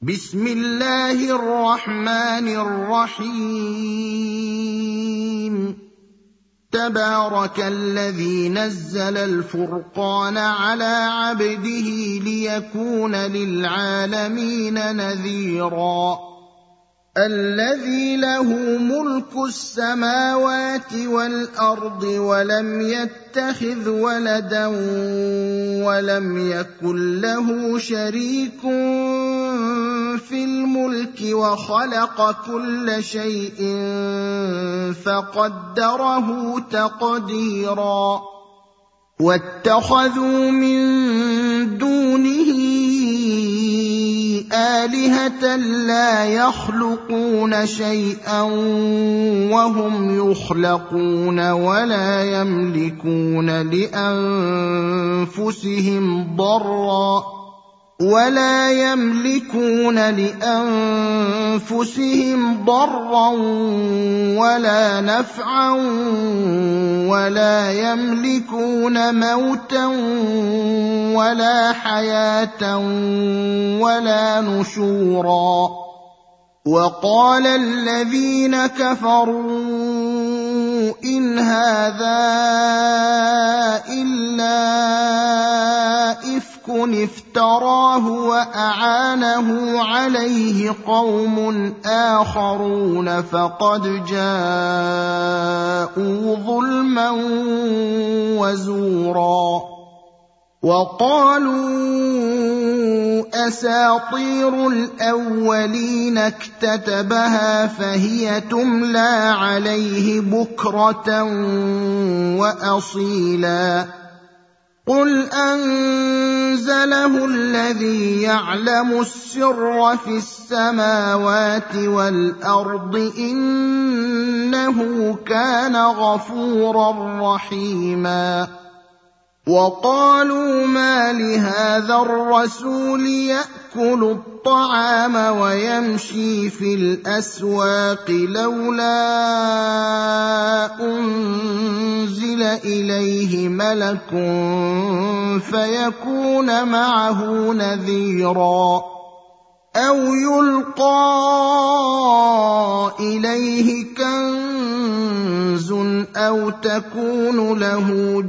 بسم الله الرحمن الرحيم تبارك الذي نزل الفرقان على عبده ليكون للعالمين نذيرا الذي له ملك السماوات والأرض ولم يتخذ ولدا ولم يكن له شريك في الملك وخلق كل شيء فقدره تقديرا واتخذوا من دونه آلهة لا يخلقون شيئا وهم يخلقون ولا يملكون لأنفسهم ضرا ولا نفعا ولا يملكون موتا ولا حياة ولا نشورا وقال الذين كفروا إن هذا إلا إفك افتراه وأعانه عليه قوم آخرون فقد جاءوا ظلما وزورا وقالوا أساطير الأولين اكتتبها فهي تملى عليه بكرة وأصيلا قل أنزله الذي يعلم السر في السماوات والأرض إنه كان غفورا رحيما وقالوا ما لهذا الرسول يأكل الطعام ويمشي في الأسواق لولا أنزل إليه ملك فيكون معه نذيرا أو يلقى إليه كنز أو تكون له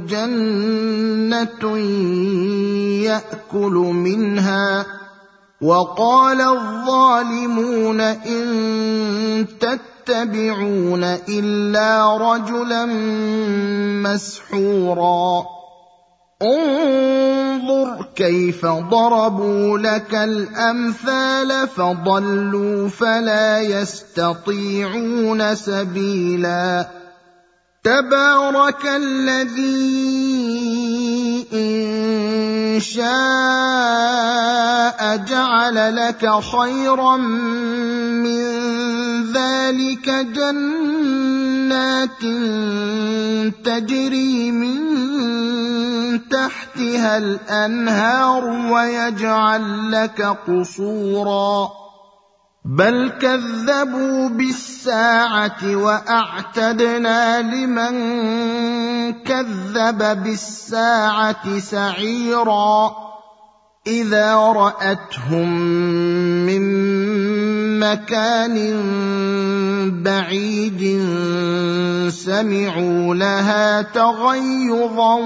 جنة يأكل منها وقال الظالمون إن تتبعون إلا رجلا مسحورا انظر كيف ضربوا لك الأمثال فضلوا فلا يستطيعون سبيلا تبارك الذي إن شاء جعل لك خيرا من ذلك جنات تجري من تحتها الأنهار ويجعل لك قصورا بل كذبوا بالساعة وأعتدنا لمن كذب بالساعة سعيرا إذا رأتهم من مكان بعيد سمعوا لها تغيظا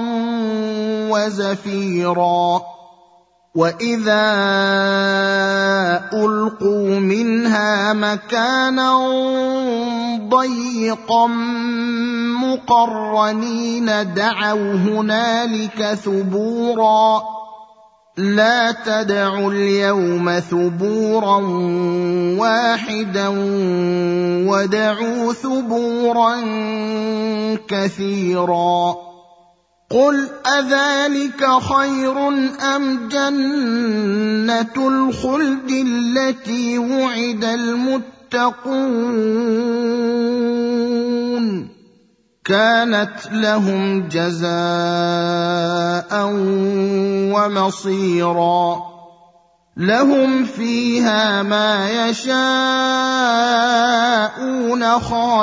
وزفيرا وإذا ألقوا منها مكانا ضيقا مقرنين دعوا هنالك ثبورا لا تدعوا اليوم ثبورا واحدا ودعوا ثبورا كثيرا قل أذلك خير أم جنة الخلد التي وعد المتقون كانت لهم جزاء ومصيرا لهم فيها ما يشاءون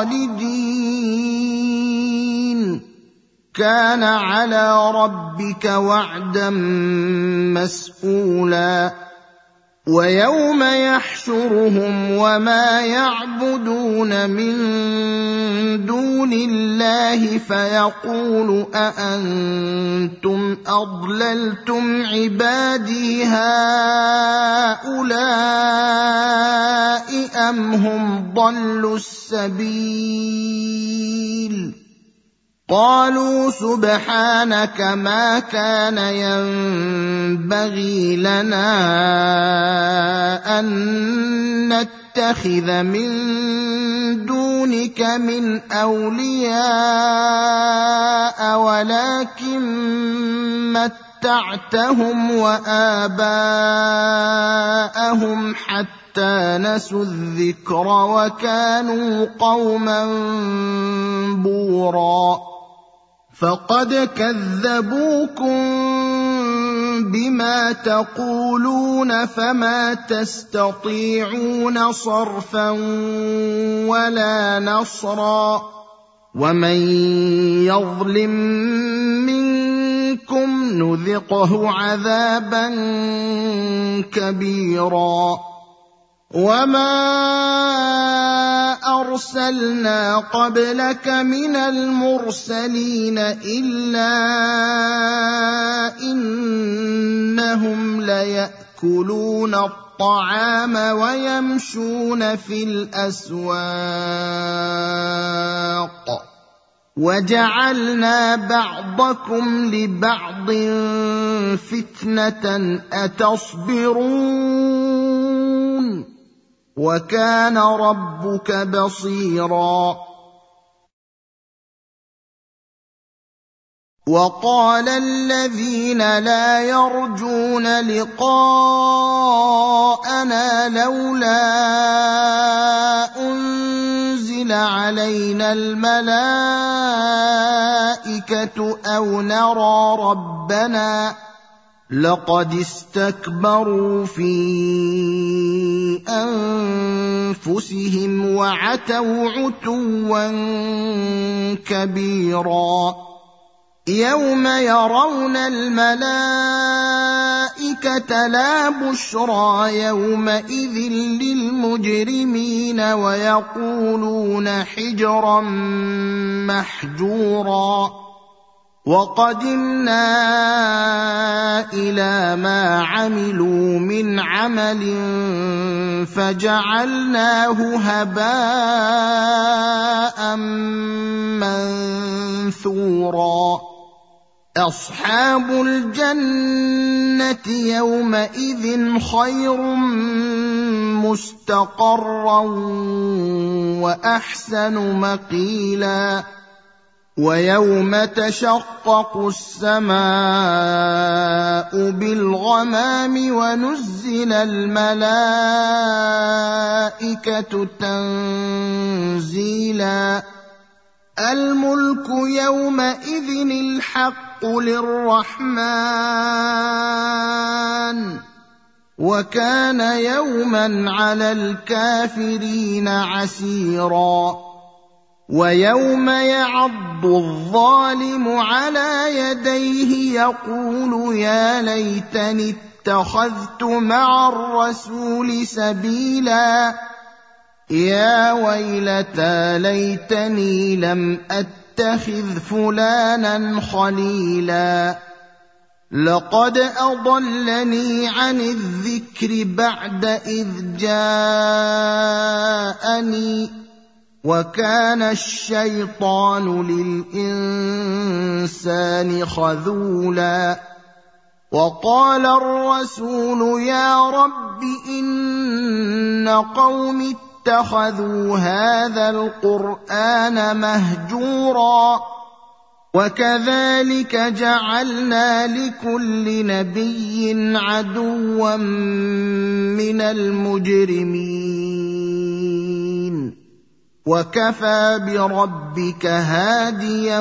خالدين كان على ربك وعدا مسئولا ويوم يحشرهم وما يعبدون من دون الله فيقول أأنتم أضللتم عبادي هؤلاء أم هم ضلوا السبيل قالوا سبحانك ما كان ينبغي لنا أن نتخذ من دونك من أولياء ولكن متعتهم وآباءهم حتى نسوا الذكر وكانوا قوما بورا فقد كذبوكم بما تقولون فما تستطيعون صرفا ولا نصرا ومن يظلم منكم نذقه عذابا كبيرا وما أرسلنا قبلك من المرسلين إلا إنهم ليأكلون الطعام ويمشون في الأسواق وجعلنا بعضكم لبعض فتنة أتصبرون وكان ربك بصيرا وقال الذين لا يرجون لقاءنا لولا أنزل علينا الملائكة أو نرى ربنا لقد استكبروا في أنفسهم وعتوا عتوا كبيرا يوم يرون الملائكة لا بشرى يومئذ للمجرمين ويقولون حجرا محجورا وقدمنا إلى ما عملوا من عمل فجعلناه هباء منثورا أصحاب الجنة يومئذ خير مستقرا وأحسن مقيلا ويوم تشقق السماء بالغمام ونزل الملائكة تنزيلا الملك يومئذ الحق للرحمن وكان يوما على الكافرين عسيرا ويوم يعض الظالم على يديه يقول يا ليتني اتخذت مع الرسول سبيلا يا ويلتى ليتني لم أتخذ فلانا خليلا لقد أضلني عن الذكر بعد إذ جاءني وكان الشيطان للإنسان خذولا وقال الرسول يا رب إن قوم اتخذوا هذا القرآن مهجورا وكذلك جعلنا لكل نبي عدوا من المجرمين وكفى بربك هاديا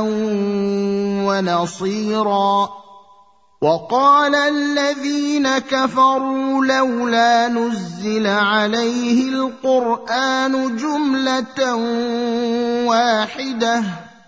ونصيرا وقال الذين كفروا لولا نزل عليه القرآن جملة واحدة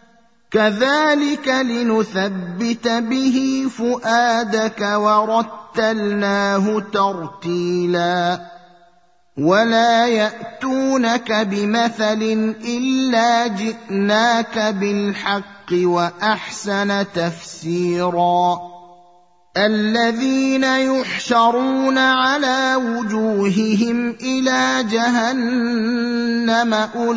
كذلك لنثبت به فؤادك ورتلناه وَرَتَّلْنَاهُ تَرْتِيلًا وَلَا يَأْتُونَكَ بِمَثَلٍ إِلَّا جِئْنَاكَ بِالْحَقِّ وَأَحْسَنَ تَفْسِيرًا الَّذِينَ يُحْشَرُونَ عَلَى وُجُوهِهِمْ إِلَى جَهَنَّمَ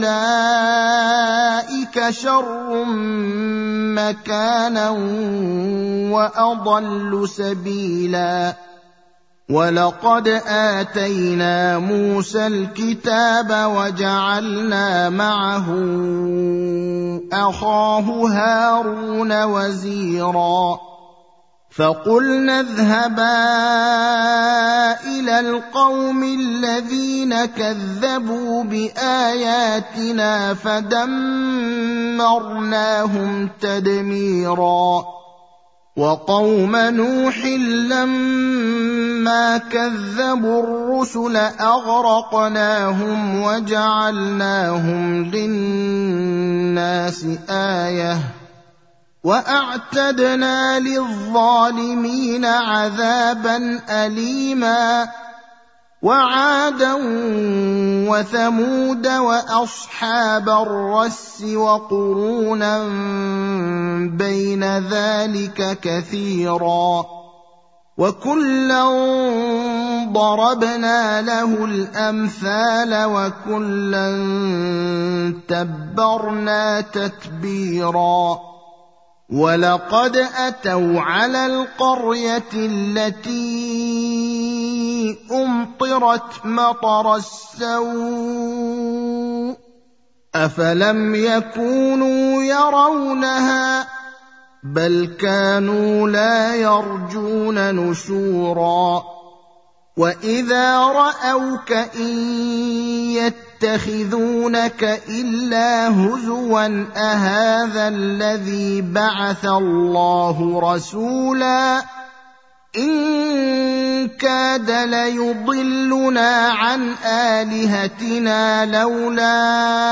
أُولَئِكَ شَرٌّ مَّكَانًا وَأَضَلُّ سَبِيلًا وَلَقَدْ آتَيْنَا مُوسَى الْكِتَابَ وَجَعَلْنَا مَعَهُ أَخَاهُ هَارُونَ وَزِيرًا فَقُلْنَا اذْهَبَا إِلَى الْقَوْمِ الَّذِينَ كَذَّبُوا بِآيَاتِنَا فَدَمَّرْنَاهُمْ تَدْمِيرًا وَقَوْمَ نُوحٍ لَّمَّا كَذَّبُوا الرُّسُلَ أَغْرَقْنَاهُمْ وَجَعَلْنَاهُمْ لِلنَّاسِ آيَةً وَأَعْتَدْنَا لِلظَّالِمِينَ عَذَابًا أَلِيمًا وَعَادًا وَثَمُودَ وَأَصْحَابَ الرَّسِّ وَقُرُونًا بَيْنَ ذَلِكَ كَثِيرًا وَكُلًّا ضَرَبْنَا لَهُ الْأَمْثَالَ وَكُلًّا تَبَّرْنَا تَتْبِيرًا وَلَقَدْ أَتَوْا عَلَى الْقَرْيَةِ الَّتِي أُمْطِرَتْ مَطَرَ السَّوْءِ أَفَلَمْ يَكُونُوا يَرَوْنَهَا بَلْ كَانُوا لَا يَرْجُونَ نُشُورًا وَإِذَا رَأَوْكَ إِن يَتَّخِذُونَكَ إِلَّا هُزُوًا أَهَٰذَا الَّذِي بَعَثَ اللَّهُ رَسُولًا إِن كَادَ لَيُضِلُّنَا عَنْ آلِهَتِنَا لَوْلَا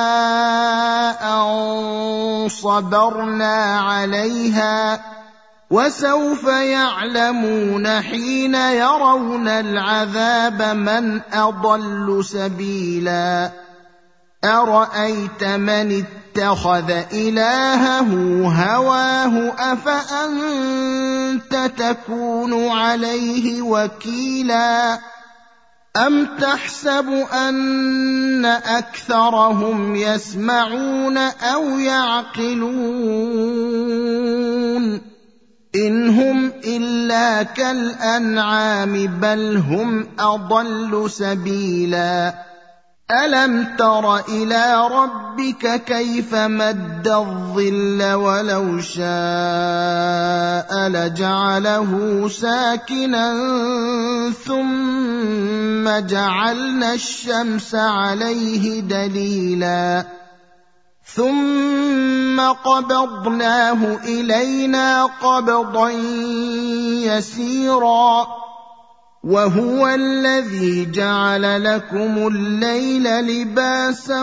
أَن صَبَرْنَا عَلَيْهَا وَسَوْفَ يَعْلَمُونَ حِينَ يَرَوْنَ الْعَذَابَ مَنْ أَضَلُّ سَبِيلًا أَرَأَيْتَ مَنِ اتَّخَذَ إِلَٰهَهُ هَوَاهُ أَفَأَنتَ تَكُونُ عَلَيْهِ وَكِيلًا أَمْ تَحْسَبُ أَنَّ أَكْثَرَهُمْ يَسْمَعُونَ أَوْ يَعْقِلُونَ إِنْ هُمْ إِلَّا كَالْأَنْعَامِ بَلْ هُمْ أَضَلُّ سَبِيلًا أَلَمْ تَرَ إِلَىٰ رَبِّكَ كَيْفَ مَدَّ الظِّلَّ وَلَوْ شَاءَ لَجَعَلَهُ سَاكِنًا ثُمَّ جَعَلْنَا الشَّمْسَ عَلَيْهِ دَلِيلًا ثُمَّ قَبَضْنَاهُ إِلَيْنَا قَبْضًا يَسِيرًا وَهُوَ الَّذِي جَعَلَ لَكُمُ اللَّيْلَ لِبَاسًا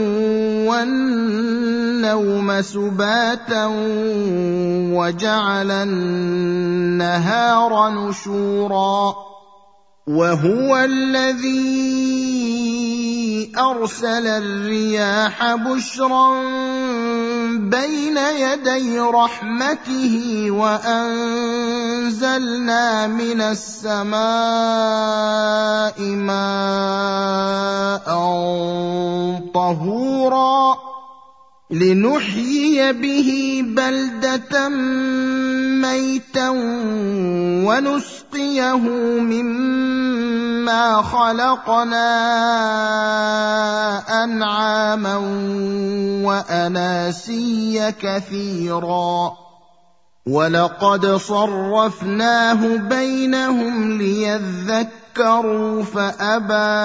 وَالنَّوْمَ سُبَاتًا وَجَعَلَ النَّهَارَ نُشُورًا وَهُوَ الَّذِي أَرْسَلَ الرِّيَاحَ بُشْرًا بَيْنَ يَدَيْ رَحْمَتِهِ وَأَنزَلْنَا مِنَ السَّمَاءِ مَاءً طَهُورًا لِنُحْيِيَ بِهِ بَلْدَةً مَّيْتًا وَنُسْقِيَهُ مِمَّا خَلَقْنَا أَنْعَامًا وَأَنَاسِيَّ كَثِيرًا وَلَقَدْ صَرَّفْنَاهُ بَيْنَهُمْ لِيَذَّكَّرُوا فَأَبَىٰ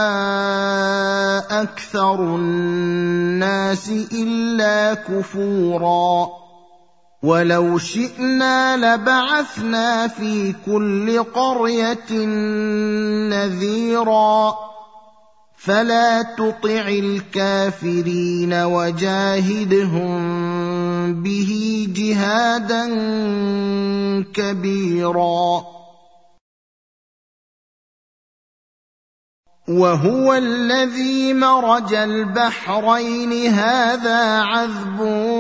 أَكْثَرُ النَّاسِ إِلَّا كُفُورًا وَلَوْ شِئْنَا لَبَعَثْنَا فِي كُلِّ قَرْيَةٍ نَّذِيرًا فَلَا تُطِعِ الْكَافِرِينَ وَجَاهِدْهُم بِهِ جِهَادًا كَبِيرًا وهو الذي مرج البحرين هذا عذب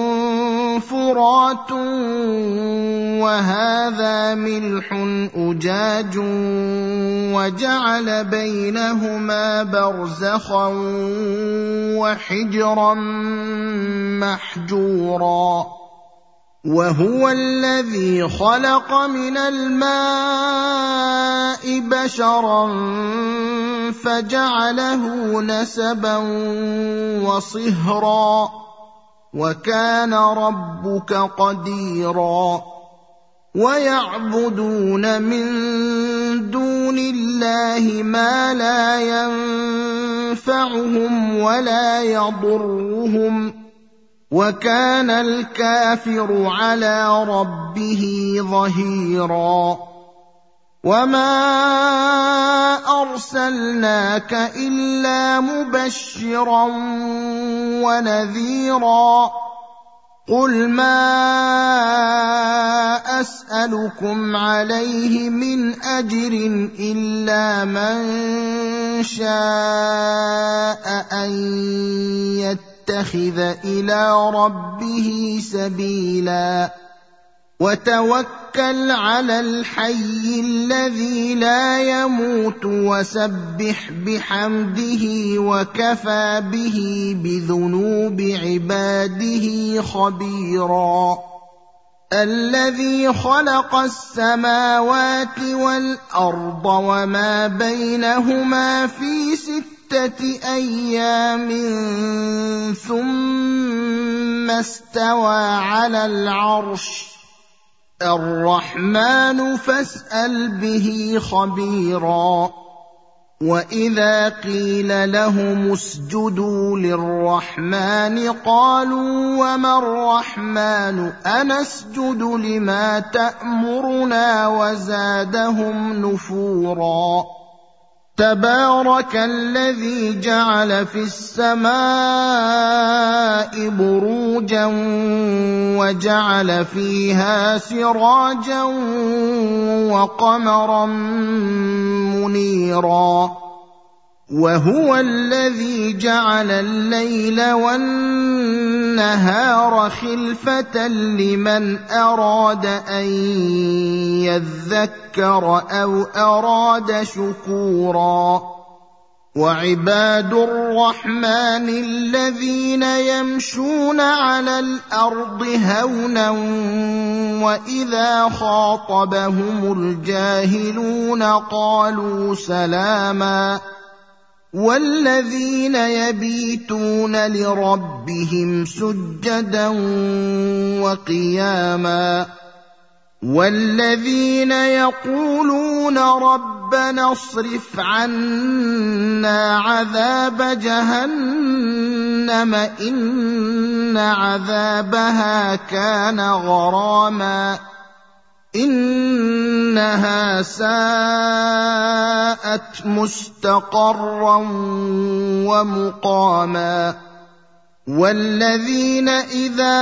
فرات وهذا ملح أجاج وجعل بينهما برزخا وحجرا محجورا وهو الذي خلق من الماء بشرا فجعله نسبا وصهرا وكان ربك قديرا ويعبدون من دون الله ما لا ينفعهم ولا يضرهم وكان الكافر على ربه ظهيرا وما أرسلناك إلا مبشرا ونذيرا قل ما أسألكم عليه من أجر إلا من شاء أن يتخذ إلى ربه سبيلا وتوكل على الحي الذي لا يموت وسبح بحمده وكفى به بذنوب عباده خبيرا الذي خلق السماوات والأرض وما بينهما في 6 أيام ثم استوى على العرش الرحمن فاسأل به خبيرا وإذا قيل لهم اسجدوا للرحمن قالوا وما الرحمن أنسجد لما تأمرنا وزادهم نفورا تبارك الذي جعل في السماء بروجا وجعل فيها سراجا وقمرا منيرا وهو الذي جعل الليل والنهار خلفة لمن أراد أن يذكر أو أراد شكورا وعباد الرحمن الذين يمشون على الأرض هونا وإذا خاطبهم الجاهلون قالوا سلاما والذين يبيتون لربهم سجدا وقياما والذين يقولون ربنا اصرف عنا عذاب جهنم إن عذابها كان غراما إنها ساءت مستقرا ومقاما والذين إذا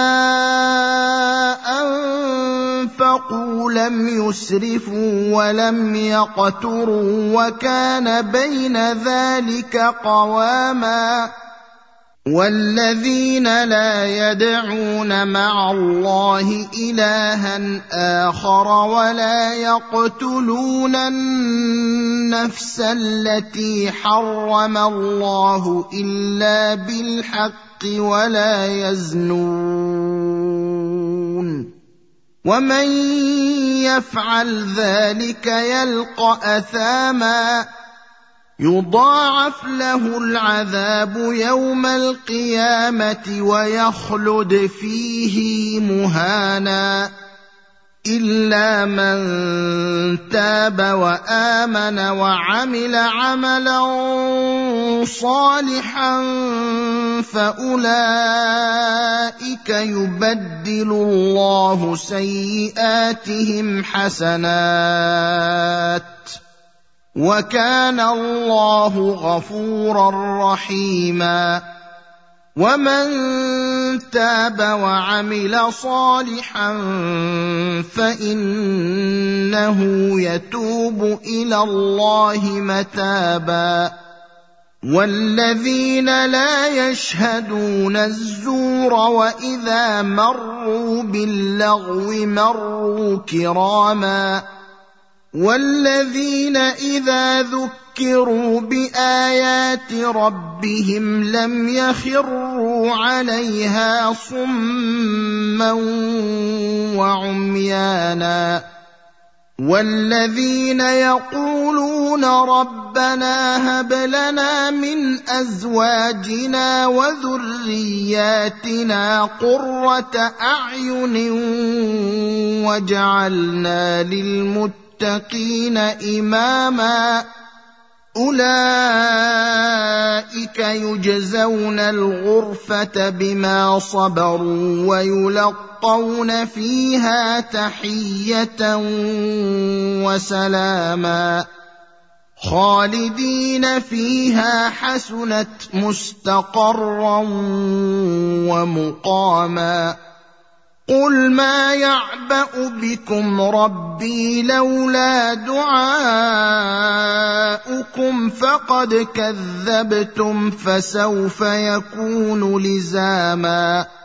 أنفقوا لم يسرفوا ولم يقتروا وكان بين ذلك قواما والذين لا يدعون مع الله إلها آخر ولا يقتلون النفس التي حرم الله إلا بالحق ولا يزنون ومن يفعل ذلك يلقى أثاما يضاعف له العذاب يوم القيامة ويخلد فيه مهانا إلا من تاب وآمن وعمل عملا صالحا فأولئك يبدل الله سيئاتهم حسنات وكان الله غفورا رحيما ومن تاب وعمل صالحا فإنه يتوب إلى الله متابا والذين لا يشهدون الزور وإذا مروا باللغو مروا كراما والذين إذا ذكروا بآيات ربهم لم يخروا عليها صما وعميانا والذين يقولون ربنا هب لنا من أزواجنا وذرياتنا قرة أعين واجعلنا للمتقين إماما أولئك يجزون الغرفة بما صبروا ويلقون فيها تحية وسلاما خالدين فيها حسنت مستقرا ومقاما قل ما يعبأ بكم ربي لولا دعاؤكم فقد كذبتم فسوف يكون لزاما